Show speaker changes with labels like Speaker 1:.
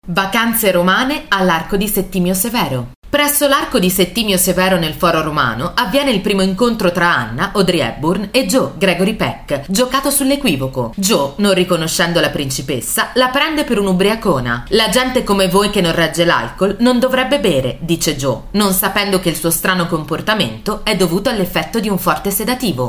Speaker 1: Vacanze romane all'Arco di Settimio Severo. Presso l'Arco di Settimio Severo nel Foro Romano avviene il primo incontro tra Anna, Audrey Hepburn, e Joe, Gregory Peck, giocato sull'equivoco. Joe, non riconoscendo la principessa, la prende per un'ubriacona. La gente come voi che non regge l'alcol non dovrebbe bere, dice Joe, non sapendo che il suo strano comportamento è dovuto all'effetto di un forte sedativo.